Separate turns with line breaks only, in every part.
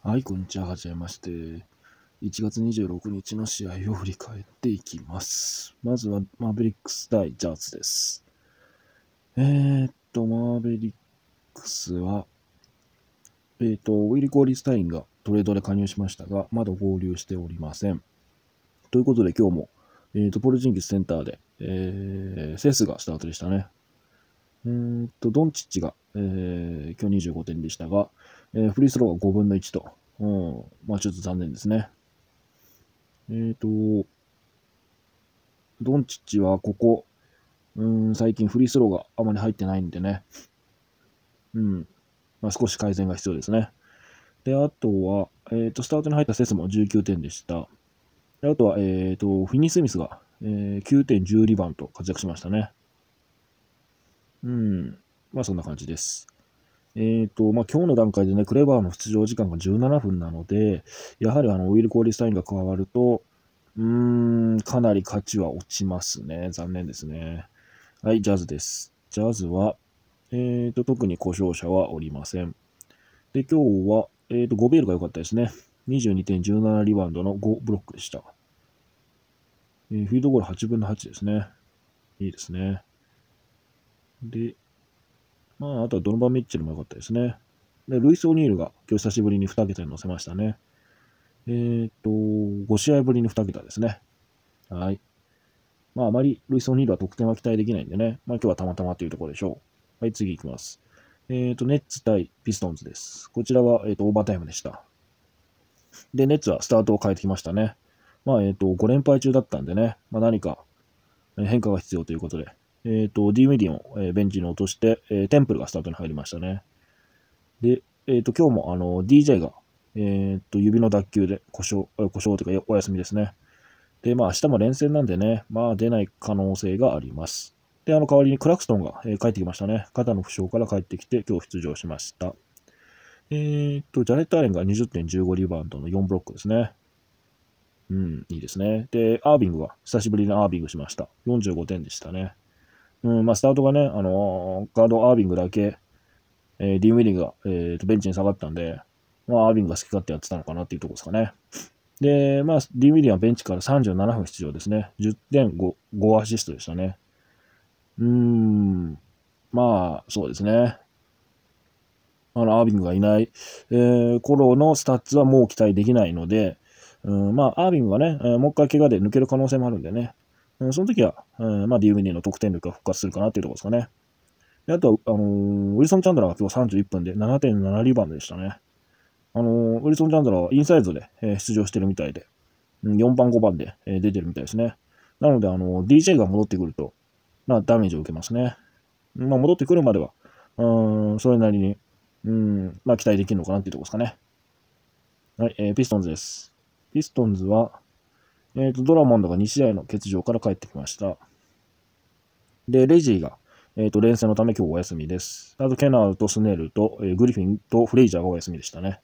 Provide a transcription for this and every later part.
はい、こんにちは。はじめまして。1月26日の試合を振り返っていきます。まずはマーベリックス対ジャズです。マーベリックスは、ウィリー・コーリスタインがトレードで加入しましたが、まだ合流しておりません。ということで今日も、ポルジンギスセンターで、セスがスタートでしたね。ドンチッチが、今日25点でしたが、フリースローが5分の1と、ちょっと残念ですね。ドンチッチはここ、最近フリースローがあまり入ってないんでね、少し改善が必要ですね。で、あとは、スタートに入ったセスも19点でした。であとは、フィニー・スミスが、9点10リバウンド活躍しましたね。そんな感じです。今日の段階でね、クレバーの出場時間が17分なので、やはりウィル・コーリスタインが加わると、かなり価値は落ちますね。残念ですね。はい、ジャズです。ジャズは、特に故障者はおりません。で、今日は、ゴベールが良かったですね。22点17リバウンドの5ブロックでした。フィールドゴール8分の8ですね。いいですね。で、あとはドノバン・ミッチェルも良かったですね。で、ルイス・オニールが今日久しぶりに2桁に乗せましたね。5試合ぶりに2桁ですね。はい。あまりルイス・オニールは得点は期待できないんでね。今日はたまたまというところでしょう。はい、次行きます。ネッツ対ピストンズです。こちらは、オーバータイムでした。で、ネッツはスタートを変えてきましたね。5連敗中だったんでね、何か変化が必要ということで、ディウィディンをベンチに落として、テンプルがスタートに入りましたね。で、今日もDJ が、指の脱臼で故障というかお休みですね。で、明日も連戦なんでね、出ない可能性があります。で、代わりにクラクストンが、帰ってきましたね。肩の負傷から帰ってきて、今日出場しました。ジャレット・アレンが20点15リバウンドの4ブロックですね。いいですね。で、アービングは、久しぶりにアービングしました。45点でしたね。スタートがね、ガードアービングだけ、ディン・ウィリングが、ベンチに下がったんで、アービングが好き勝手やってたのかなっていうところですかね。で、ディン・ウィリングはベンチから37分出場ですね。10点 5アシストでしたね。そうですね。アービングがいない、頃のスタッツはもう期待できないので、アービングがね、もう一回怪我で抜ける可能性もあるんでね、その時は、ディウィニーの得点力が復活するかなっていうところですかね。であとは、ウィルソン・チャンドラーが今日31分で 7.7 リバウンドでしたね。ウィルソン・チャンドラーはインサイドで、出場してるみたいで、4番、5番で、出てるみたいですね。なので、DJ が戻ってくると、ダメージを受けますね。戻ってくるまでは、それなりに、期待できるのかなっていうところですかね。はい、ピストンズです。ピストンズは、ドラモンドが2試合の欠場から帰ってきました。で、レジーが、連戦のため今日お休みです。あと、ケナーとスネルと、グリフィンとフレイジャーがお休みでしたね。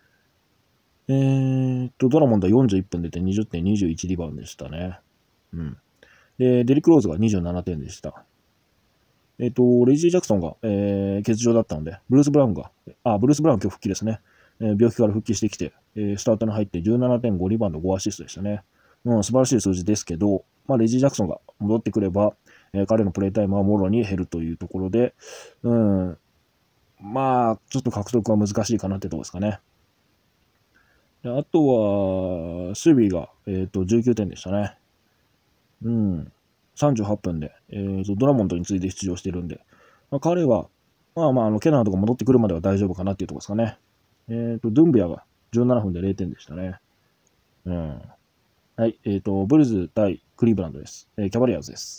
ドラモンドは41分出て20点21リバウンドでしたね。で、デリクローズが27点でした。レイジー・ジャクソンが、欠場だったので、ブルース・ブラウン今日復帰ですね。病気から復帰してきて、スタートに入って 17.5 リバウンド5アシストでしたね。素晴らしい数字ですけど、レイジー・ジャクソンが戻ってくれば、彼のプレータイムはもろに減るというところで、ちょっと獲得は難しいかなってところですかね。であとは、守備が、19点でしたね。38分で、ドラモンドに次いで出場してるんで、彼は、ケナーとか戻ってくるまでは大丈夫かなっていうところですかね。ドゥンビアが17分で0点でしたね。はい、ブルズ対クリーブランドです。キャバリアーズです。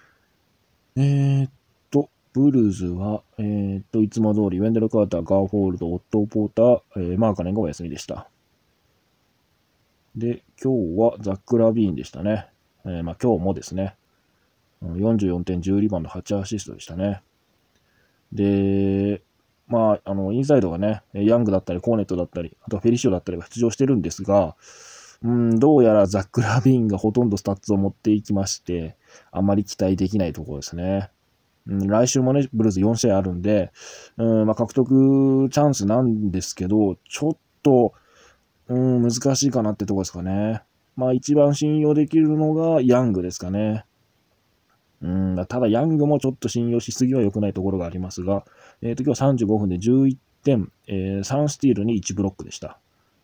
ブルーズは、いつも通り、ウェンデル・カーター、ガーフォールド、オットー・ポーター、マーカネンがお休みでした。で、今日はザック・ラビーンでしたね。今日もですね、44点10リバウンド8アシストでしたね。で、インサイドがね、ヤングだったり、コーネットだったり、あとはフェリシオだったりが出場してるんですが、どうやらザック・ラビーンがほとんどスタッツを持っていきまして、あまり期待できないところですね。来週もね、ブルーズ4試合あるんで、獲得チャンスなんですけど、ちょっと、難しいかなってとこですかね。まあ一番信用できるのがヤングですかね。ただヤングもちょっと信用しすぎは良くないところがありますが、今日は35分で11点、3スティールに1ブロックでした。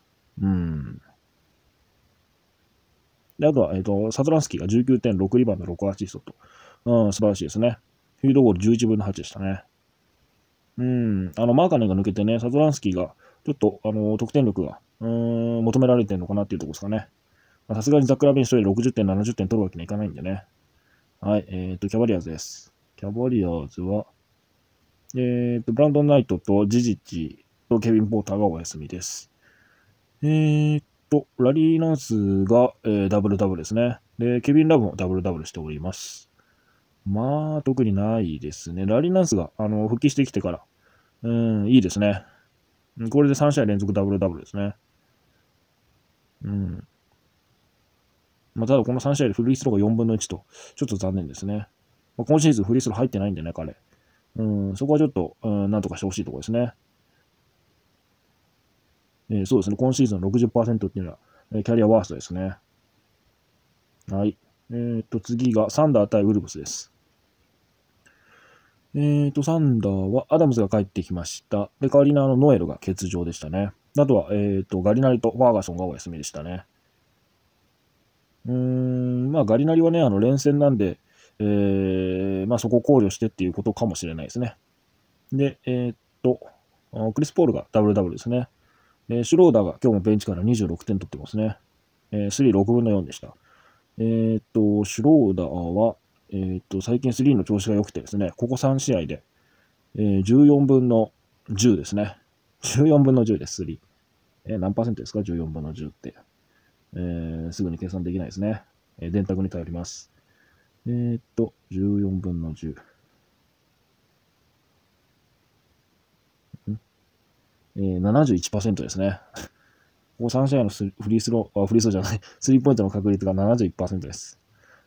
で、あとは、サトランスキーが 19.6 リバウンド6アシストと。素晴らしいですね。フィールドゴール11分の8でしたね。マーカネンが抜けてね、サトランスキーが、ちょっと、得点力が、求められてるのかなっていうところですかね。さすがにザックラビン一人で60点、70点取るわけにはいかないんでね。はい、キャバリアーズです。キャバリアーズは、ブランドン・ナイトとジジッチとケビン・ポーターがお休みです。ラリー・ナンスが、ダブルダブルですね。で、ケビン・ラブもダブルダブルしております。まあ、特にないですね。ラリー・ナンスが、復帰してきてから、いいですね。これで3試合連続ダブルダブルですね。ただこの3試合でフリースローが4分の1と、ちょっと残念ですね。今シーズンフリースロー入ってないんでね、彼。そこはちょっと、なんとかしてほしいところですね。そうですね、今シーズンの 60% っていうのは、キャリアワーストですね。はい。次がサンダー対ウルブスです。サンダーはアダムズが帰ってきました。で、代わりのノエルが欠場でしたね。あとは、ガリナリとファーガソンがお休みでしたね。ガリナリはね、連戦なんで、そこを考慮してっていうことかもしれないですね。で、クリス・ポールがダブルダブルですね。シュローダーが今日もベンチから26点取ってますね。3、6分の4でした。シュローダーは、最近3の調子が良くてですね、ここ3試合で、14分の10ですね。14分の10です、3。何パーセントですか ?14 分の10って。すぐに計算できないですね。電卓に頼ります。14分の10。71% ですね。ここ3試合のフリースローじゃない、スリーポイントの確率が 71% です。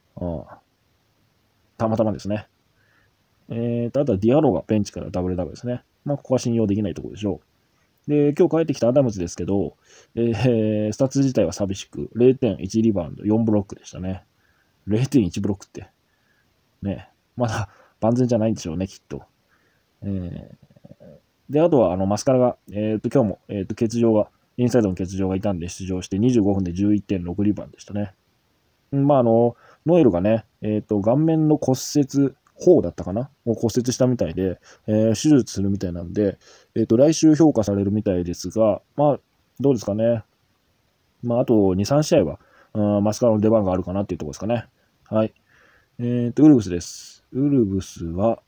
たまたまですね。あとはディアロがベンチからダブルダブルですね。ここは信用できないところでしょう。で、今日帰ってきたアダムズですけど、スタッツ自体は寂しく、0.1 リバウンド、4ブロックでしたね。0.1 ブロックって。ね、まだ万全じゃないんでしょうね、きっと。で、あとは、マスカラが、今日も、欠場が、インサイドの欠場がいたんで出場して25分で 11.6 リバウンドでしたね。ノエルがね、顔面の骨折、頬だったかなを骨折したみたいで、手術するみたいなんで、来週評価されるみたいですが、どうですかね。あと2、3試合は、マスカラの出番があるかなっていうところですかね。はい。ウルブスです。ウルブスは、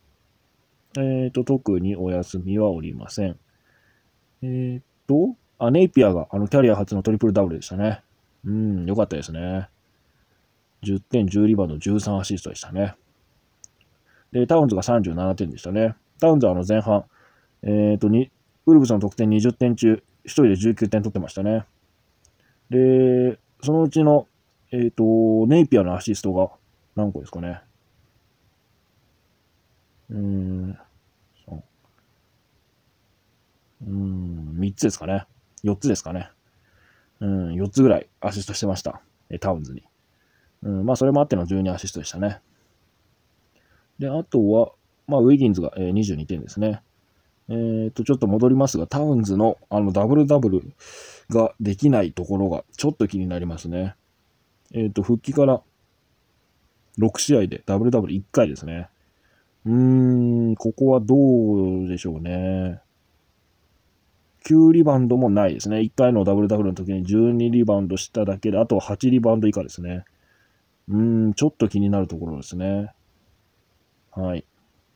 特にお休みはおりません。ネイピアが、キャリア初のトリプルダブルでしたね。よかったですね。10点、10リバウンド、13アシストでしたね。で、タウンズが37点でしたね。タウンズは前半、ウルブスの得点20点中、1人で19点取ってましたね。で、そのうちの、ネイピアのアシストが何個ですかね。3つですかね。4つですかね。4つぐらいアシストしてました。タウンズに。それもあっての12アシストでしたね。で、あとは、ウィギンズが22点ですね。ちょっと戻りますが、タウンズのダブルダブルができないところがちょっと気になりますね。復帰から6試合でダブルダブル1回ですね。ここはどうでしょうね。9リバウンドもないですね。1回のダブルダブルの時に12リバウンドしただけで、あとは8リバウンド以下ですね。ちょっと気になるところですね。はい。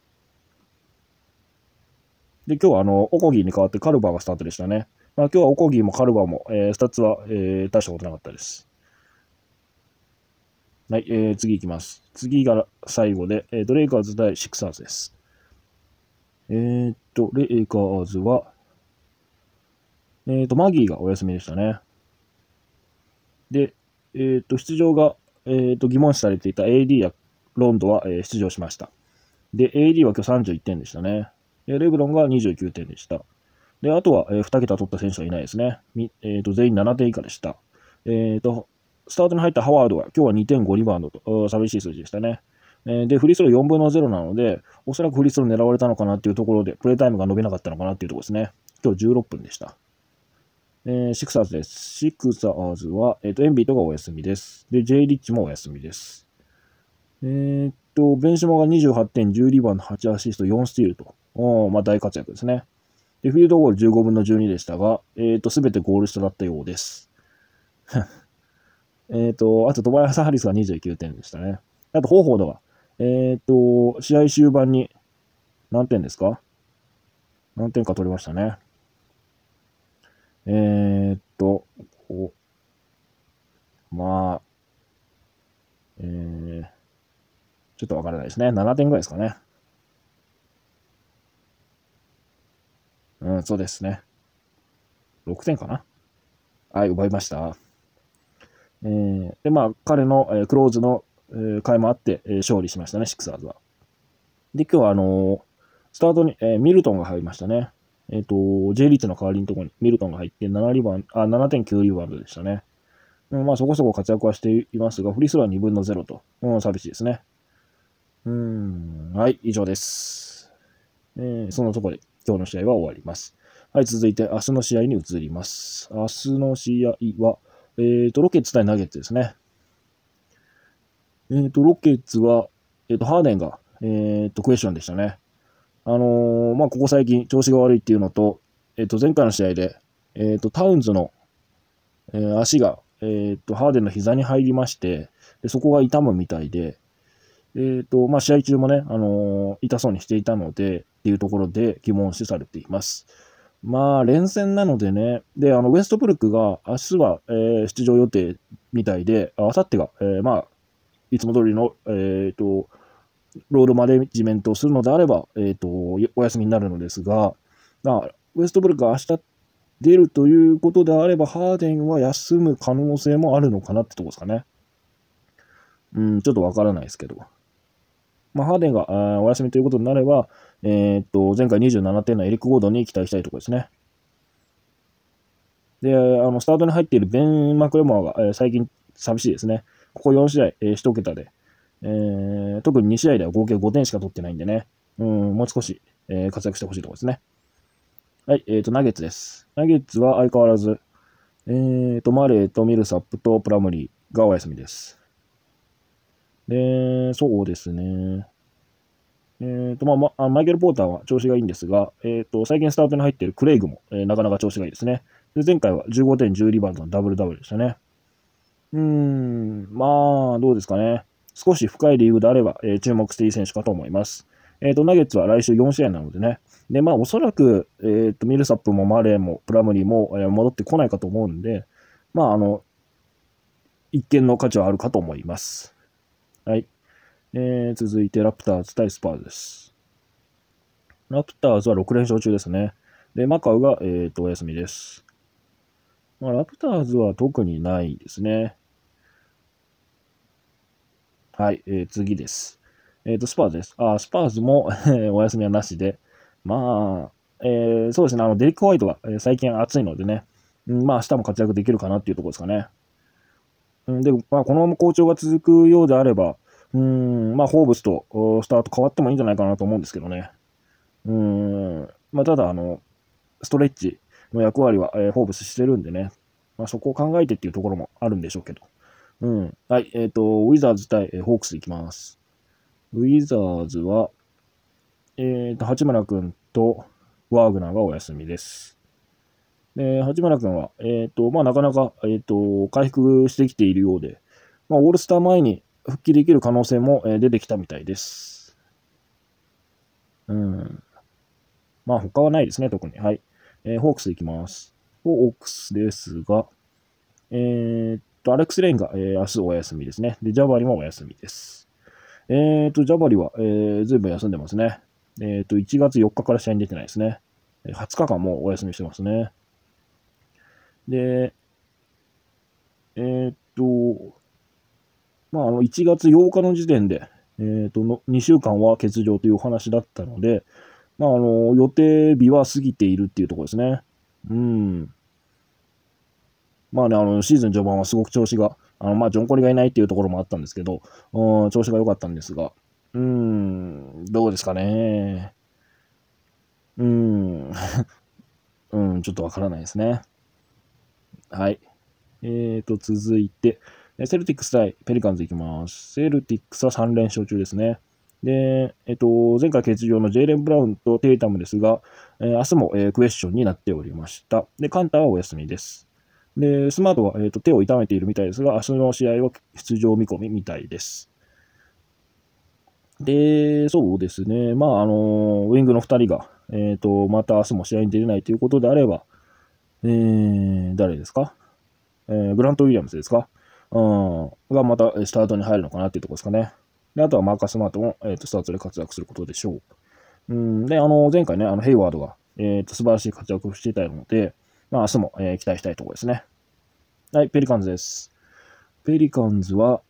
で、今日はオコギーに代わってカルバーがスタートでしたね。今日はオコギーもカルバーも、スタッツは、大したことなかったです。はい、次いきます。次が最後で、レイカーズ対シクサーズです。レイカーズは、マギーがお休みでしたね。で、出場が、疑問視されていた AD やロンドは、出場しました。で、AD は今日31点でしたね。レブロンが29点でした。 で、あとは、2桁取った選手はいないですね。全員7点以下でした。スタートに入ったハワードは今日は2.5リバウンドと、寂しい数字でしたね。で、フリースロー4分の0なので、おそらくフリースロー狙われたのかなっていうところで、プレイタイムが伸びなかったのかなっていうところですね。今日16分でした。シクサーズです。シクサーズは、エンビートがお休みです。で、J リッチもお休みです。ベンシモが28点、10リバウンド、8アシスト、4スティールと。大活躍ですね。で、フィールドゴール15分の12でしたが、すべてゴール下だったようです。あと、トバヤス・ハリスが29点でしたね。あと、ホーフォードが、試合終盤に何点ですか？何点か取りましたね。まあ、ちょっとわからないですね。7点ぐらいですかね。そうですね。6点かな。はい、奪いました。で、彼の、クローズの、回もあって、勝利しましたね、シクサーズは。で、今日は、スタートに、ミルトンが入りましたね。J リーチの代わりのところにミルトンが入って7.9リバウンドでしたね。そこそこ活躍はしていますが、フリースローは2分の0と、寂しいですね。はい、以上です。そのところで今日の試合は終わります。はい、続いて明日の試合に移ります。明日の試合は、ロケッツ対ナゲッツですね。ロケッツは、ハーデンが、クエスチョンでしたね。ここ最近調子が悪いっていうのと、前回の試合で、タウンズの、足が、ハーデンの膝に入りまして、でそこが痛むみたいで、試合中もね、痛そうにしていたので、っていうところで疑問視されています。連戦なのでね、で、ウエストブルックが明日は、出場予定みたいで、明後日が、いつも通りの、ロールマネジメントをするのであれば、お休みになるのですが、ウエストブルックが明日出るということであれば、ハーデンは休む可能性もあるのかなってとこですかね。ちょっとわからないですけど。ハーデンがお休みということになれば、前回27点のエリック・ゴードンに期待したいところですね。で、スタートに入っているベン・マクレモアが、最近寂しいですね。ここ4試合、1桁で、特に2試合では合計5点しか取ってないんでね、もう少し、活躍してほしいところですね。はい、ナゲッツです。ナゲッツは相変わらず、マレーとミルサップとプラムリーがお休みです。で、そうですね。マイケル・ポーターは調子がいいんですが、最近スタートに入っているクレイグも、なかなか調子がいいですね。で前回は15点、10リバウンドのダブルダブルでしたね。どうですかね。少し深いリーグであれば、注目していい選手かと思います。ナゲッツは来週4試合なのでね。で、おそらく、ミルサップもマレーもプラムリーも、戻ってこないかと思うんで、一見の価値はあるかと思います。はい。続いて、ラプターズ対スパーズです。ラプターズは6連勝中ですね。で、マカウが、お休みです。ラプターズは特にないですね。はい、次です。スパーズです。スパーズもお休みはなしで、そうですね、デリック・ホワイトが、最近暑いのでね、明日も活躍できるかなっていうところですかね。で、このまま好調が続くようであれば、ホーブスとスタート変わってもいいんじゃないかなと思うんですけどね。ただ、ストレッチの役割は、ホーブスしてるんでね、そこを考えてっていうところもあるんでしょうけど。はい、ウィザーズ対、ホークスいきます。ウィザーズは、八村君とワーグナーがお休みです。で、八村君は、なかなか、回復してきているようで、オールスター前に復帰できる可能性も、出てきたみたいです。他はないですね、特に。はい。ホークスいきます。ホークスですが、アレックス・レインが、明日お休みですね。で、ジャバリもお休みです。ジャバリは、ずいぶん休んでますね。1月4日から試合に出てないですね。20日間もお休みしてますね。で、1月8日の時点で、2週間は欠場というお話だったので、 まあ、予定日は過ぎているっていうところですね。うん。まあね、シーズン序盤はすごく調子が、まあ、ジョンコリがいないっていうところもあったんですけど、調子が良かったんですが、どうですかね。うーん、ちょっとわからないですね。はい。続いて、セルティックス対ペリカンズいきます。セルティックスは3連勝中ですね。で、前回欠場のジェイレン・ブラウンとテイタムですが、明日も、クエスチョンになっておりました。で、カンターはお休みです。で、スマートは、手を痛めているみたいですが、明日の試合は出場見込みみたいです。で、そうですね、まあ、ウィングの2人が、また明日も試合に出れないということであれば、誰ですか、グラント・ウィリアムズですか、がまたスタートに入るのかなっていうところですかね。で、あとはマーカス・マートも、スタートで活躍することでしょう。で、前回ね、ヘイワードが、素晴らしい活躍をしていたので、まあ、明日も、期待したいところですね。はい、ペリカンズです。ペリカンズは、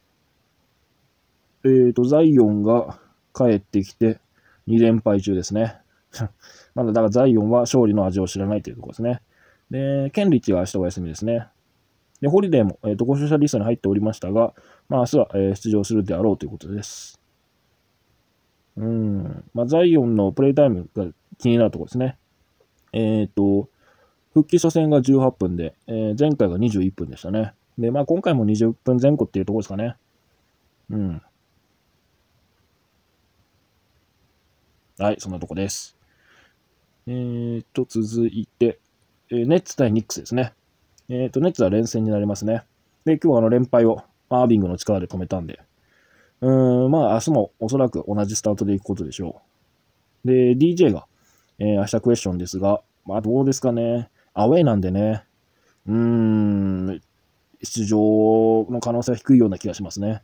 ザイオンが帰ってきて2連敗中ですね。まだだからザイオンは勝利の味を知らないというところですね。で、ケンリッチは明日お休みですね。で、ホリデーも、故障者リストに入っておりましたが、まあ、明日は、出場するであろうということです。まあ、ザイオンのプレイタイムが気になるところですね。復帰初戦が18分で、前回が21分でしたね。で、まあ、今回も20分前後っていうところですかね。うん。はい、そんなとこです。続いて、ネッツ対ニックスですね。ネッツは連戦になりますね。で、今日は連敗をアービングの力で止めたんで、まあ明日もおそらく同じスタートでいくことでしょう。で、DJ が、明日クエスチョンですが、まあどうですかね。アウェイなんでね、出場の可能性は低いような気がしますね。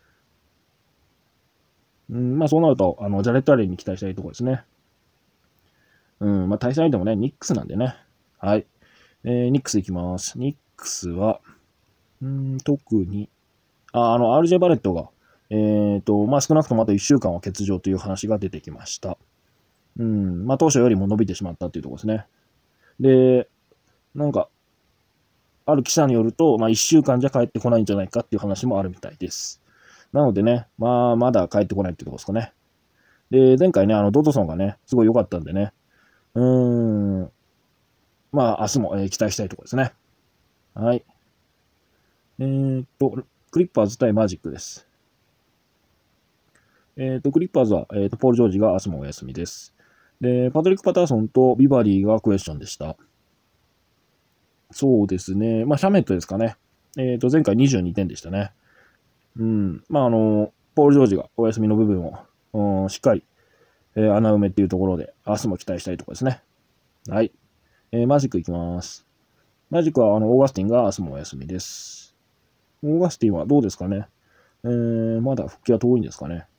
まあそうなると、ジャレット・アレンに期待したいところですね。まあ対戦相手もね、ニックスなんでね。はい。ニックスいきます。ニックスは、特に、RJ バレットが、まあ少なくともあと1週間は欠場という話が出てきました。まあ当初よりも伸びてしまったというところですね。で、なんか、ある記者によると、まあ1週間じゃ帰ってこないんじゃないかっていう話もあるみたいです。なのでね、まあまだ帰ってこないっていうところですかね。で、前回ね、ドトソンがね、すごい良かったんでね、まあ明日も、期待したいところですね。はい。クリッパーズ対マジックです。クリッパーズは、ポール・ジョージが明日もお休みです。で、パトリック・パターソンとビバリーがクエスチョンでした。そうですね。まあ、シャメットですかね。前回22点でしたね。まあ、ポール・ジョージがお休みの部分を、しっかり、穴埋めっていうところで、明日も期待したいところですね。はい。マジックいきます。マジックは、オーガスティンが明日もお休みです。オーガスティンはどうですかね。まだ復帰は遠いんですかね。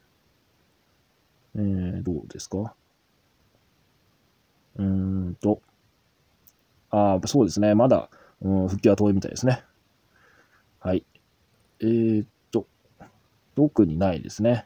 どうですか。うーんと、そうですね。まだ、復帰は遠いみたいですね。はい。えーっと、特にないですね。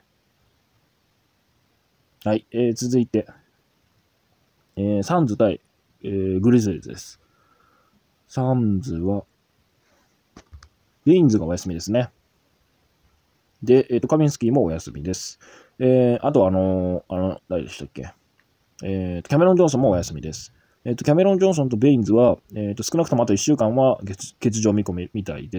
はい。続いて、サンズ対、グリズリーズです。サンズは、レインズがお休みですね。で、カミンスキーもお休みです。あと、誰でしたっけ。キャメロン・ジョンソンもお休みです。キャメロン・ジョンソンとベインズは、少なくともあと1週間は欠場見込みみたいです。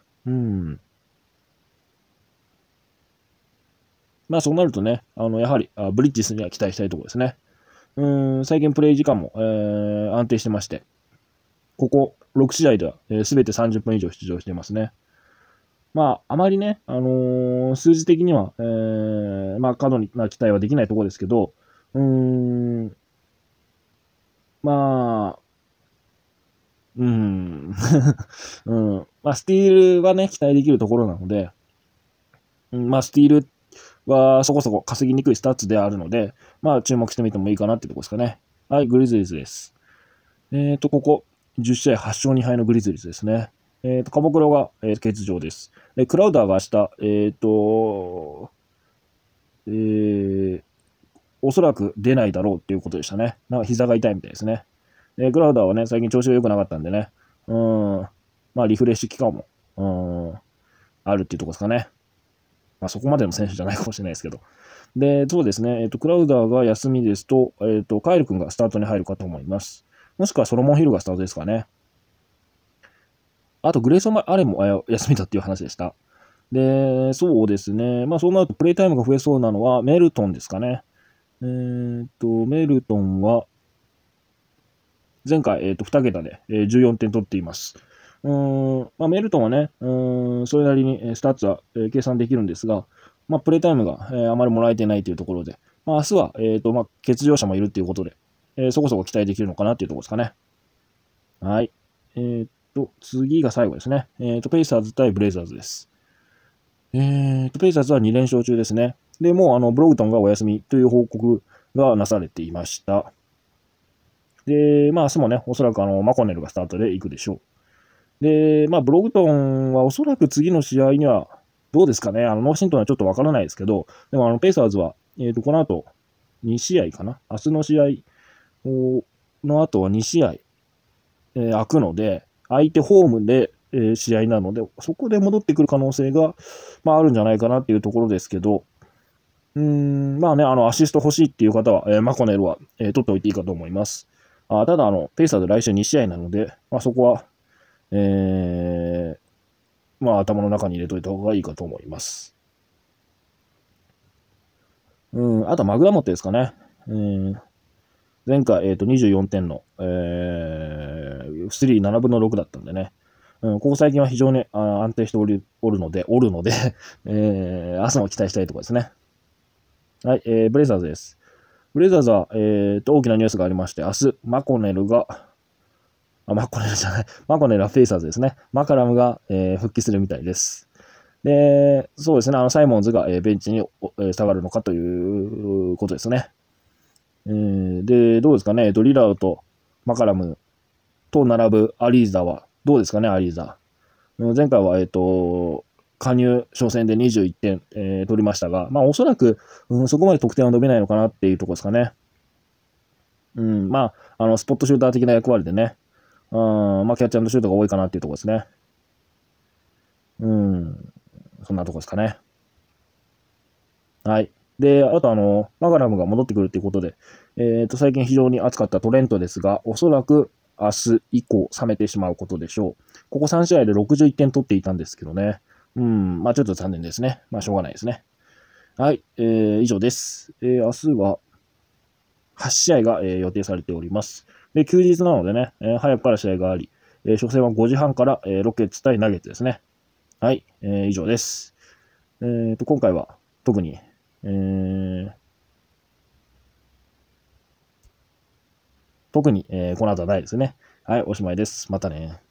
まあそうなるとね、やはりブリッジスには期待したいところですね。最近プレイ時間も、安定してまして、ここ6試合では、すべて30分以上出場していますね。まあ、あまりね、数字的には、まあ、過度な期待はできないところですけど、まあ、まあ、スティールはね、期待できるところなので、まあ、スティールはそこそこ稼ぎにくいスタッツであるので、まあ注目してみてもいいかなってとこですかね。はい、グリズリーズです。ここ、10試合8勝2敗のグリズリーズですね。カボクロが、欠場です。クラウダーが明日、 おそらく出ないだろうっていうことでしたね。なんか膝が痛いみたいですね。で、クラウダーはね、最近調子が良くなかったんでね、まあリフレッシュ期間も、あるっていうところですかね。まあそこまでの選手じゃないかもしれないですけど。で、そうですね、クラウダーが休みですと、カイル君がスタートに入るかと思います。もしくはソロモンヒルがスタートですかね。あと、グレイソン・アレンも休みだっていう話でした。で、そうですね。まあ、そうなるとプレイタイムが増えそうなのはメルトンですかね。メルトンは、前回、2桁で、14点取っています。まあ、メルトンはね、それなりにスタッツは、計算できるんですが、まあ、プレイタイムが、あまりもらえてないというところで、まあ、明日は、まあ、欠場者もいるということで、そこそこ期待できるのかなというところですかね。はい。次が最後ですね。ペイサーズ対ブレイザーズです。ペイサーズは2連勝中ですね。で、もうブログトンがお休みという報告がなされていました。で、まあ明日もね、おそらくマコネルがスタートで行くでしょう。で、まあブログトンはおそらく次の試合には、どうですかね、ノーシントンはちょっとわからないですけど、でもペイサーズは、この後、2試合かな明日の試合の後は2試合、空くので、相手ホームで、試合なので、そこで戻ってくる可能性が、まあ、あるんじゃないかなっていうところですけど、まあね、アシスト欲しいっていう方は、マコネルは、取っておいていいかと思います。ただ、ペイサーズ来週2試合なので、まあ、そこは、まあ、頭の中に入れといた方がいいかと思います。あとはマグダモットですかね。前回、24点の、スリー7分の6だったんでね。ここ最近は非常に安定しておるので、明日も期待したいところですね。はい、ブレイザーズです。ブレイザーズは、大きなニュースがありまして、明日、マコネルはフェイサーズですね。マカラムが、復帰するみたいです。で、そうですね、サイモンズが、ベンチに、下がるのかということですね。で、どうですかね、リラウとマカラムと並ぶアリーザは、どうですかね、アリーザ。前回は、加入初戦で21点、取りましたが、まあ、おそらく、そこまで得点は伸びないのかなっていうところですかね。まあ、スポットシューター的な役割でね、まあ、キャッチ&シュートが多いかなっていうところですね。そんなところですかね。はい。で、あとマガラムが戻ってくるということで、最近非常に熱かったトレントですが、おそらく明日以降冷めてしまうことでしょう。ここ3試合で61点取っていたんですけどね。まあちょっと残念ですね。まあしょうがないですね。はい、以上です。明日は8試合が、予定されております。で、休日なのでね、早くから試合があり、初戦は5時半から、ロケッツ対ナゲッツですね。はい、以上です。今回は特に、この後はないですね。はい、おしまいです。またね。